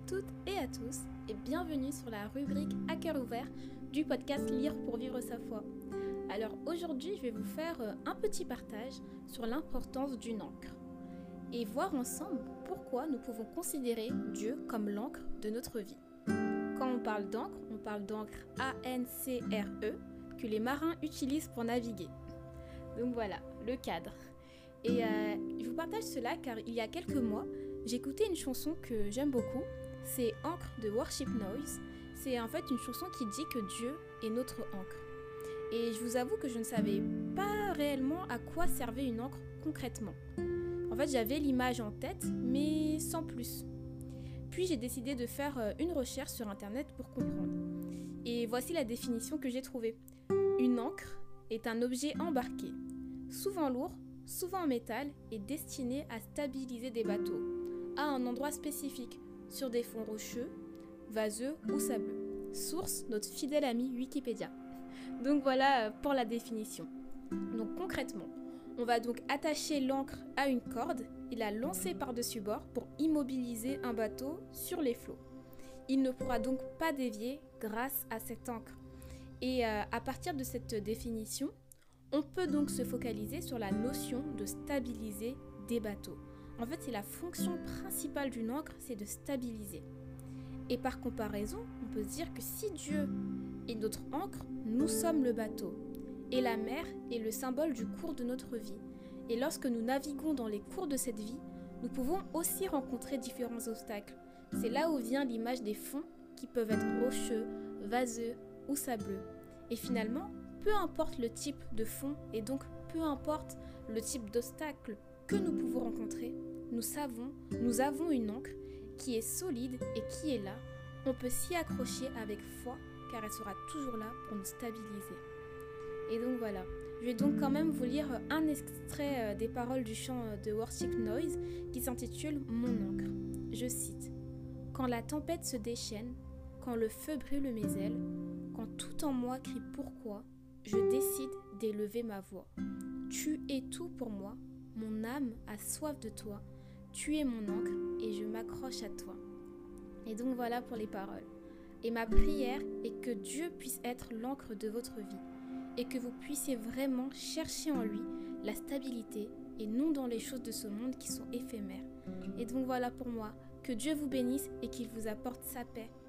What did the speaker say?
toutes et à tous et bienvenue sur la rubrique À cœur ouvert du podcast Lire pour vivre sa foi. Alors aujourd'hui, je vais vous faire un petit partage sur l'importance d'une encre et voir ensemble pourquoi nous pouvons considérer Dieu comme l'encre de notre vie. Quand on parle d'encre A-N-C-R-E que les marins utilisent pour naviguer. Donc voilà, le cadre. Et je vous partage cela car il y a quelques mois, j'ai écouté une chanson que j'aime beaucoup. C'est Encre de Worship Noise. C'est en fait une chanson qui dit que Dieu est notre encre. Et je vous avoue que je ne savais pas réellement à quoi servait une encre concrètement. En fait, j'avais l'image en tête, mais sans plus. Puis j'ai décidé de faire une recherche sur internet pour comprendre. Et voici la définition que j'ai trouvée. Une encre est un objet embarqué, souvent lourd, souvent en métal et destiné à stabiliser des bateaux, à un endroit spécifique, sur des fonds rocheux, vaseux ou sableux. Source, notre fidèle ami Wikipédia. Donc voilà pour la définition. Donc concrètement, on va donc attacher l'encre à une corde et la lancer par-dessus bord pour immobiliser un bateau sur les flots. Il ne pourra donc pas dévier grâce à cette encre. Et à partir de cette définition, on peut donc se focaliser sur la notion de stabiliser des bateaux. En fait, c'est la fonction principale d'une encre, c'est de stabiliser. Et par comparaison, on peut se dire que si Dieu est notre encre, nous sommes le bateau. Et la mer est le symbole du cours de notre vie. Et lorsque nous naviguons dans les cours de cette vie, nous pouvons aussi rencontrer différents obstacles. C'est là où vient l'image des fonds qui peuvent être rocheux, vaseux ou sableux. Et finalement, peu importe le type de fond et donc peu importe le type d'obstacle que nous pouvons rencontrer, nous avons une encre qui est solide et qui est là. On peut s'y accrocher avec foi car elle sera toujours là pour nous stabiliser. Et donc voilà, je vais donc quand même vous lire un extrait des paroles du chant de Worship Noise qui s'intitule « Mon encre ». Je cite « Quand la tempête se déchaîne, quand le feu brûle mes ailes, quand tout en moi crie pourquoi, je décide d'élever ma voix. Tu es tout pour moi, mon âme a soif de toi, tu es mon encre et je m'accroche à toi. » Et donc voilà pour les paroles. Et ma prière est que Dieu puisse être l'encre de votre vie et que vous puissiez vraiment chercher en lui la stabilité et non dans les choses de ce monde qui sont éphémères. Et donc voilà pour moi, que Dieu vous bénisse et qu'il vous apporte sa paix